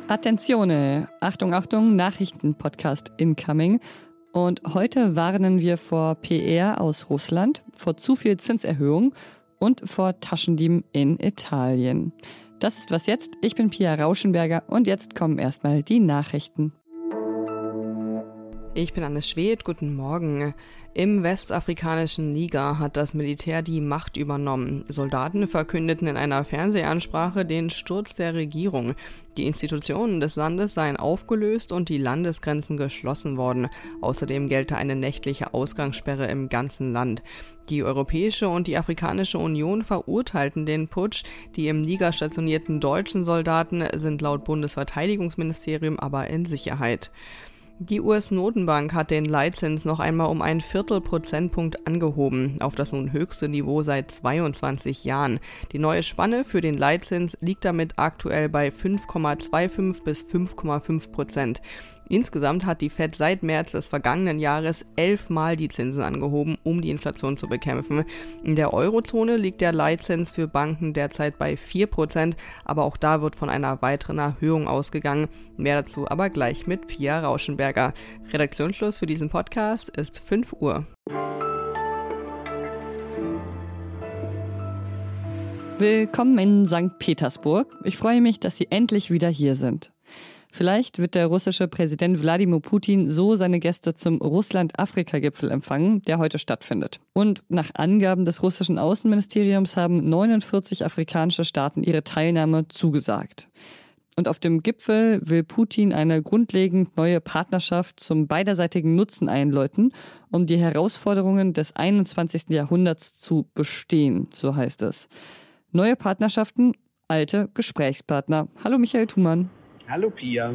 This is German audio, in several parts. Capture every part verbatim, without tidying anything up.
Attenzione! Achtung, Achtung, Nachrichtenpodcast incoming. Und heute warnen wir vor P R aus Russland, vor zu viel Zinserhöhung und vor Taschendieben in Italien. Das ist was jetzt. Ich bin Pia Rauschenberger und jetzt kommen erstmal die Nachrichten. Ich bin Anne Schwedt, guten Morgen. Im westafrikanischen Niger hat das Militär die Macht übernommen. Soldaten verkündeten in einer Fernsehansprache den Sturz der Regierung. Die Institutionen des Landes seien aufgelöst und die Landesgrenzen geschlossen worden. Außerdem gelte eine nächtliche Ausgangssperre im ganzen Land. Die Europäische und die Afrikanische Union verurteilten den Putsch. Die im Niger stationierten deutschen Soldaten sind laut Bundesverteidigungsministerium aber in Sicherheit. Die U S-Notenbank hat den Leitzins noch einmal um einen Viertelprozentpunkt angehoben, auf das nun höchste Niveau seit zweiundzwanzig Jahren. Die neue Spanne für den Leitzins liegt damit aktuell bei fünf Komma fünfundzwanzig bis fünf Komma fünf Prozent. Insgesamt hat die Fed seit März des vergangenen Jahres elfmal die Zinsen angehoben, um die Inflation zu bekämpfen. In der Eurozone liegt der Leitzins für Banken derzeit bei vier Prozent, aber auch da wird von einer weiteren Erhöhung ausgegangen. Mehr dazu aber gleich mit Pia Rauschenberger. Redaktionsschluss für diesen Podcast ist fünf Uhr. Willkommen in Sankt Petersburg. Ich freue mich, dass Sie endlich wieder hier sind. Vielleicht wird der russische Präsident Wladimir Putin so seine Gäste zum Russland-Afrika-Gipfel empfangen, der heute stattfindet. Und nach Angaben des russischen Außenministeriums haben neunundvierzig afrikanische Staaten ihre Teilnahme zugesagt. Und auf dem Gipfel will Putin eine grundlegend neue Partnerschaft zum beiderseitigen Nutzen einläuten, um die Herausforderungen des einundzwanzigsten Jahrhunderts zu bestehen, so heißt es. Neue Partnerschaften, alte Gesprächspartner. Hallo Michael Thumann. Hallo Pia.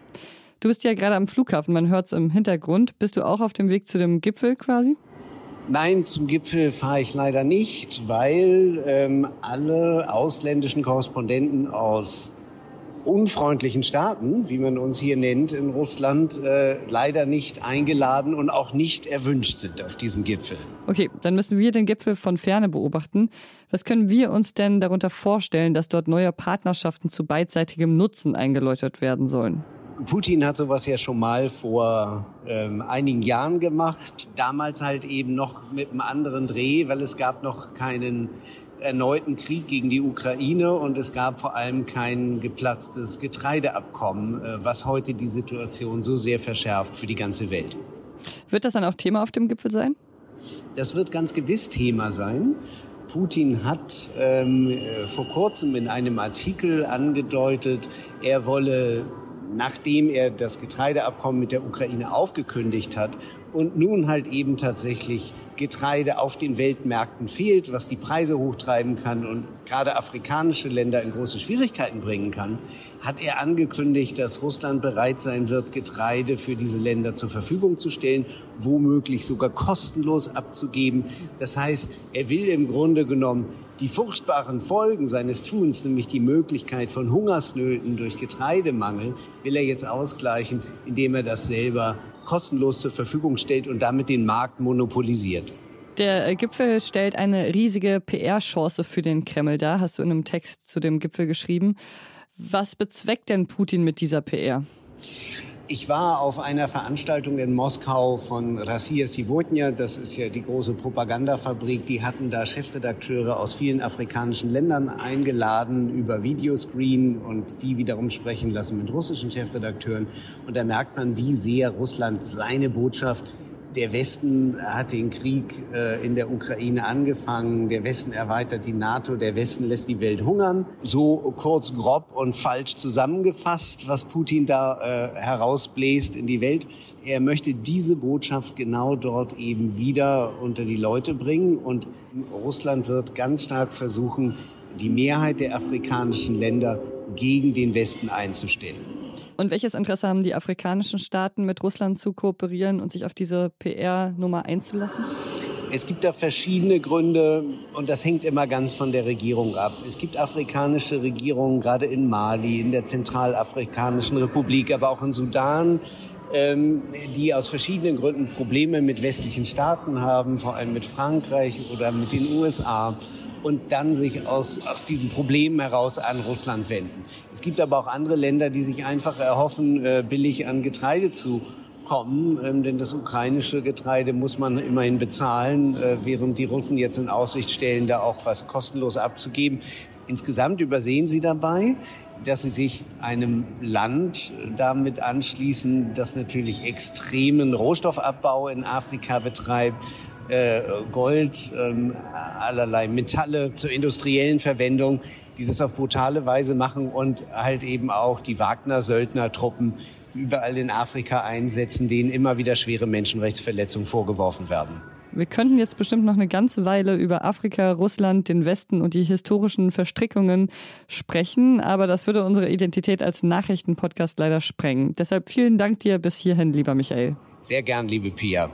Du bist ja gerade am Flughafen, man hört es im Hintergrund. Bist du auch auf dem Weg zu dem Gipfel quasi? Nein, zum Gipfel fahre ich leider nicht, weil ähm, alle ausländischen Korrespondenten aus unfreundlichen Staaten, wie man uns hier nennt in Russland, äh, leider nicht eingeladen und auch nicht erwünscht sind auf diesem Gipfel. Okay, dann müssen wir den Gipfel von Ferne beobachten. Was können wir uns denn darunter vorstellen, dass dort neue Partnerschaften zu beidseitigem Nutzen eingeläutet werden sollen? Putin hat sowas ja schon mal vor ähm, einigen Jahren gemacht. Damals halt eben noch mit einem anderen Dreh, weil es gab noch keinen erneuten Krieg gegen die Ukraine und es gab vor allem kein geplatztes Getreideabkommen, was heute die Situation so sehr verschärft für die ganze Welt. Wird das dann auch Thema auf dem Gipfel sein? Das wird ganz gewiss Thema sein. Putin hat ähm, vor kurzem in einem Artikel angedeutet, er wolle, nachdem er das Getreideabkommen mit der Ukraine aufgekündigt hat, und nun halt eben tatsächlich Getreide auf den Weltmärkten fehlt, was die Preise hochtreiben kann und gerade afrikanische Länder in große Schwierigkeiten bringen kann, hat er angekündigt, dass Russland bereit sein wird, Getreide für diese Länder zur Verfügung zu stellen, womöglich sogar kostenlos abzugeben. Das heißt, er will im Grunde genommen die furchtbaren Folgen seines Tuns, nämlich die Möglichkeit von Hungersnöten durch Getreidemangel, will er jetzt ausgleichen, indem er das selber kostenlos zur Verfügung stellt und damit den Markt monopolisiert. Der Gipfel stellt eine riesige P R-Chance für den Kreml dar, hast du in einem Text zu dem Gipfel geschrieben. Was bezweckt denn Putin mit dieser P R? Ich war auf einer Veranstaltung in Moskau von Rossiya Сегодня, das ist ja die große Propagandafabrik, die hatten da Chefredakteure aus vielen afrikanischen Ländern eingeladen über Videoscreen und die wiederum sprechen lassen mit russischen Chefredakteuren. Und da merkt man, wie sehr Russland seine Botschaft, der Westen hat den Krieg äh, in der Ukraine angefangen, der Westen erweitert die NATO, der Westen lässt die Welt hungern. So kurz, grob und falsch zusammengefasst, was Putin da äh, herausbläst in die Welt. Er möchte diese Botschaft genau dort eben wieder unter die Leute bringen. Und Russland wird ganz stark versuchen, die Mehrheit der afrikanischen Länder gegen den Westen einzustellen. Und welches Interesse haben die afrikanischen Staaten, mit Russland zu kooperieren und sich auf diese P R-Nummer einzulassen? Es gibt da verschiedene Gründe und das hängt immer ganz von der Regierung ab. Es gibt afrikanische Regierungen, gerade in Mali, in der Zentralafrikanischen Republik, aber auch in Sudan, ähm, die aus verschiedenen Gründen Probleme mit westlichen Staaten haben, vor allem mit Frankreich oder mit den U S A. und dann sich aus, aus diesen Problemen heraus an Russland wenden. Es gibt aber auch andere Länder, die sich einfach erhoffen, äh, billig an Getreide zu kommen, ähm, denn das ukrainische Getreide muss man immerhin bezahlen, äh, während die Russen jetzt in Aussicht stellen, da auch was kostenlos abzugeben. Insgesamt übersehen sie dabei, dass sie sich einem Land damit anschließen, das natürlich extremen Rohstoffabbau in Afrika betreibt, äh, Gold, äh, allerlei Metalle zur industriellen Verwendung, die das auf brutale Weise machen und halt eben auch die Wagner-Söldnertruppen überall in Afrika einsetzen, denen immer wieder schwere Menschenrechtsverletzungen vorgeworfen werden. Wir könnten jetzt bestimmt noch eine ganze Weile über Afrika, Russland, den Westen und die historischen Verstrickungen sprechen, aber das würde unsere Identität als Nachrichtenpodcast leider sprengen. Deshalb vielen Dank dir bis hierhin, lieber Michael. Sehr gern, liebe Pia.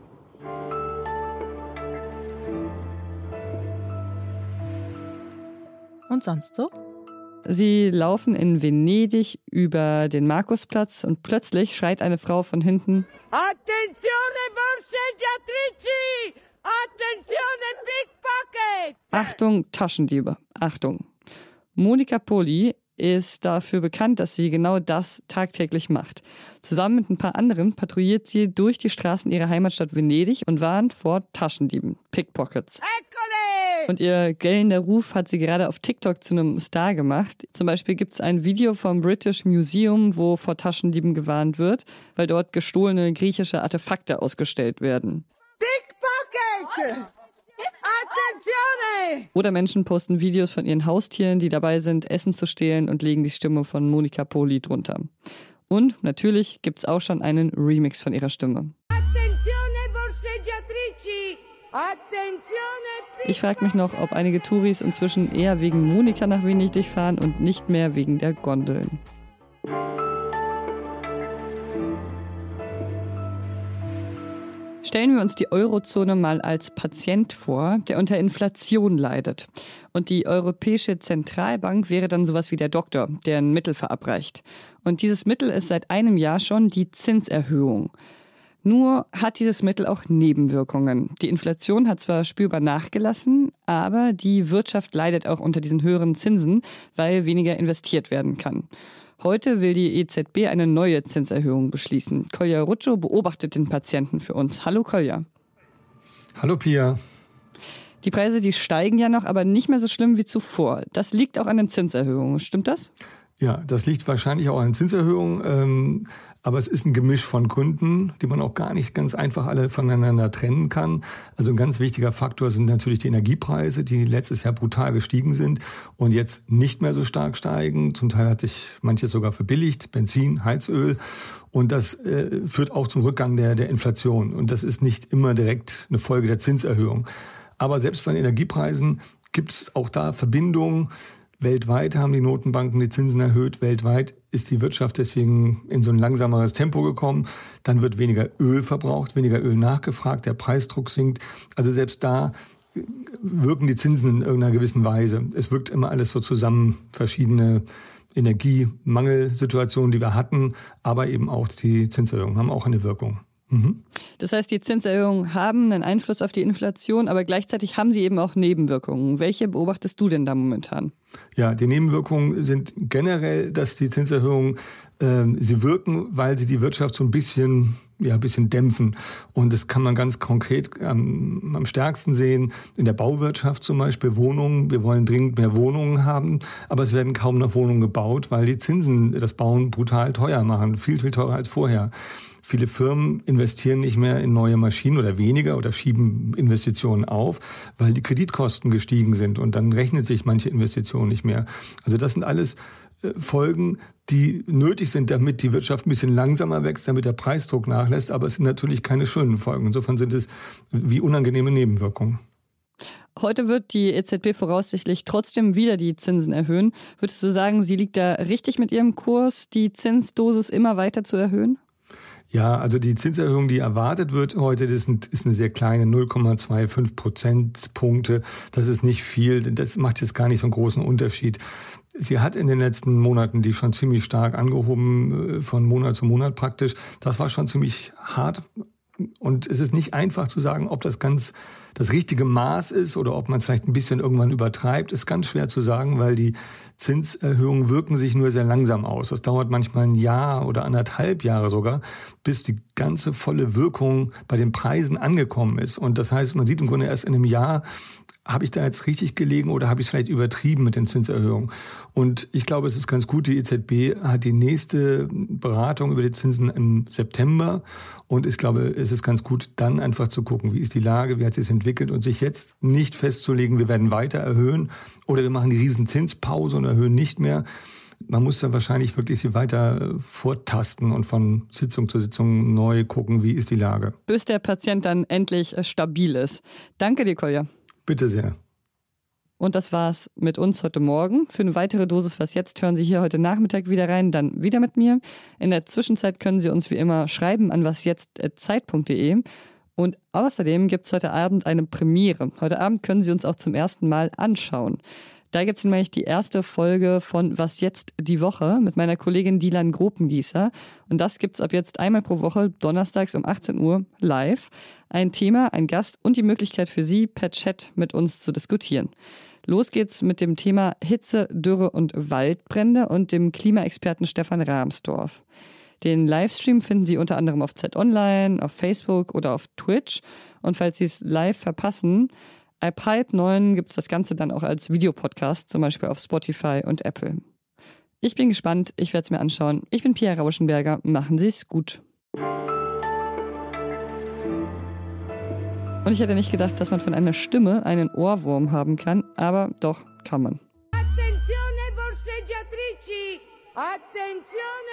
Und sonst so? Sie laufen in Venedig über den Markusplatz und plötzlich schreit eine Frau von hinten: Attenzione borseggiatrici! Attenzione pickpocket! Achtung, Taschendiebe, Achtung. Monica Poli ist dafür bekannt, dass sie genau das tagtäglich macht. Zusammen mit ein paar anderen patrouilliert sie durch die Straßen ihrer Heimatstadt Venedig und warnt vor Taschendieben, Pickpockets. Eccole! Und ihr gellender Ruf hat sie gerade auf TikTok zu einem Star gemacht. Zum Beispiel gibt es ein Video vom British Museum, wo vor Taschendieben gewarnt wird, weil dort gestohlene griechische Artefakte ausgestellt werden. Pickpocket! Attenzione! Oder Menschen posten Videos von ihren Haustieren, die dabei sind, Essen zu stehlen und legen die Stimme von Monica Poli drunter. Und natürlich gibt es auch schon einen Remix von ihrer Stimme. Attenzione borseggiatrici! Attenzione pickpocket! Ich frage mich noch, ob einige Touris inzwischen eher wegen Monika nach Venedig fahren und nicht mehr wegen der Gondeln. Stellen wir uns die Eurozone mal als Patient vor, der unter Inflation leidet. Und die Europäische Zentralbank wäre dann sowas wie der Doktor, der ein Mittel verabreicht. Und dieses Mittel ist seit einem Jahr schon die Zinserhöhung. Nur hat dieses Mittel auch Nebenwirkungen. Die Inflation hat zwar spürbar nachgelassen, aber die Wirtschaft leidet auch unter diesen höheren Zinsen, weil weniger investiert werden kann. Heute will die E Z B eine neue Zinserhöhung beschließen. Kolja Rutschow beobachtet den Patienten für uns. Hallo Kolja. Hallo Pia. Die Preise, die steigen ja noch, aber nicht mehr so schlimm wie zuvor. Das liegt auch an den Zinserhöhungen. Stimmt das? Ja, das liegt wahrscheinlich auch an den Zinserhöhungen. Ähm, aber es ist ein Gemisch von Gründen, die man auch gar nicht ganz einfach alle voneinander trennen kann. Also ein ganz wichtiger Faktor sind natürlich die Energiepreise, die letztes Jahr brutal gestiegen sind und jetzt nicht mehr so stark steigen. Zum Teil hat sich manches sogar verbilligt, Benzin, Heizöl. Und das äh, führt auch zum Rückgang der, der Inflation. Und das ist nicht immer direkt eine Folge der Zinserhöhung. Aber selbst bei den Energiepreisen gibt es auch da Verbindungen. Weltweit haben die Notenbanken die Zinsen erhöht. Weltweit ist die Wirtschaft deswegen in so ein langsameres Tempo gekommen. Dann wird weniger Öl verbraucht, weniger Öl nachgefragt, der Preisdruck sinkt. Also selbst da wirken die Zinsen in irgendeiner gewissen Weise. Es wirkt immer alles so zusammen, verschiedene Energiemangelsituationen, die wir hatten, aber eben auch die Zinserhöhungen haben auch eine Wirkung. Mhm. Das heißt, die Zinserhöhungen haben einen Einfluss auf die Inflation, aber gleichzeitig haben sie eben auch Nebenwirkungen. Welche beobachtest du denn da momentan? Ja, die Nebenwirkungen sind generell, dass die Zinserhöhungen, äh, sie wirken, weil sie die Wirtschaft so ein bisschen, ja, ein bisschen dämpfen. Und das kann man ganz konkret ähm, am stärksten sehen in der Bauwirtschaft zum Beispiel, Wohnungen. Wir wollen dringend mehr Wohnungen haben, aber es werden kaum noch Wohnungen gebaut, weil die Zinsen das Bauen brutal teuer machen, viel, viel teurer als vorher. Viele Firmen investieren nicht mehr in neue Maschinen oder weniger oder schieben Investitionen auf, weil die Kreditkosten gestiegen sind und dann rechnet sich manche Investitionen nicht mehr. Also das sind alles Folgen, die nötig sind, damit die Wirtschaft ein bisschen langsamer wächst, damit der Preisdruck nachlässt, aber es sind natürlich keine schönen Folgen. Insofern sind es wie unangenehme Nebenwirkungen. Heute wird die E Z B voraussichtlich trotzdem wieder die Zinsen erhöhen. Würdest du sagen, sie liegt da richtig mit ihrem Kurs, die Zinsdosis immer weiter zu erhöhen? Ja, also die Zinserhöhung, die erwartet wird heute, das ist eine sehr kleine null Komma fünfundzwanzig Prozentpunkte. Das ist nicht viel, das macht jetzt gar nicht so einen großen Unterschied. Sie hat in den letzten Monaten die schon ziemlich stark angehoben, von Monat zu Monat praktisch. Das war schon ziemlich hart Und es ist nicht einfach zu sagen, ob das ganz das richtige Maß ist oder ob man es vielleicht ein bisschen irgendwann übertreibt, ist ganz schwer zu sagen, weil die Zinserhöhungen wirken sich nur sehr langsam aus. Das dauert manchmal ein Jahr oder anderthalb Jahre sogar, bis die ganze volle Wirkung bei den Preisen angekommen ist. Und das heißt, man sieht im Grunde erst in einem Jahr, habe ich da jetzt richtig gelegen oder habe ich es vielleicht übertrieben mit den Zinserhöhungen? Und ich glaube, es ist ganz gut, die E Z B hat die nächste Beratung über die Zinsen im September. Und ich glaube, es ist ganz gut, dann einfach zu gucken, wie ist die Lage, wie hat sich entwickelt und sich jetzt nicht festzulegen, wir werden weiter erhöhen oder wir machen die riesen Zinspause und erhöhen nicht mehr. Man muss dann wahrscheinlich wirklich sie weiter vortasten und von Sitzung zu Sitzung neu gucken, wie ist die Lage. Bis der Patient dann endlich stabil ist. Danke dir, Kolja. Bitte sehr. Und das war's mit uns heute Morgen. Für eine weitere Dosis Was Jetzt hören Sie hier heute Nachmittag wieder rein, dann wieder mit mir. In der Zwischenzeit können Sie uns wie immer schreiben an wasjetzt punkt zeit punkt de. Und außerdem gibt es heute Abend eine Premiere. Heute Abend können Sie uns auch zum ersten Mal anschauen. Da gibt es nämlich die erste Folge von Was Jetzt die Woche mit meiner Kollegin Dilan Gropengießer. Und das gibt's ab jetzt einmal pro Woche, donnerstags um achtzehn Uhr live. Ein Thema, ein Gast und die Möglichkeit für Sie, per Chat mit uns zu diskutieren. Los geht's mit dem Thema Hitze, Dürre und Waldbrände und dem Klimaexperten Stefan Rahmsdorf. Den Livestream finden Sie unter anderem auf Zeit Online, auf Facebook oder auf Twitch. Und falls Sie es live verpassen, ab halb neun gibt es das Ganze dann auch als Videopodcast, zum Beispiel auf Spotify und Apple. Ich bin gespannt, ich werde es mir anschauen. Ich bin Pia Rauschenberger, machen Sie es gut. Und ich hätte nicht gedacht, dass man von einer Stimme einen Ohrwurm haben kann, aber doch kann man. Attenzione borseggiatrici! Attenzione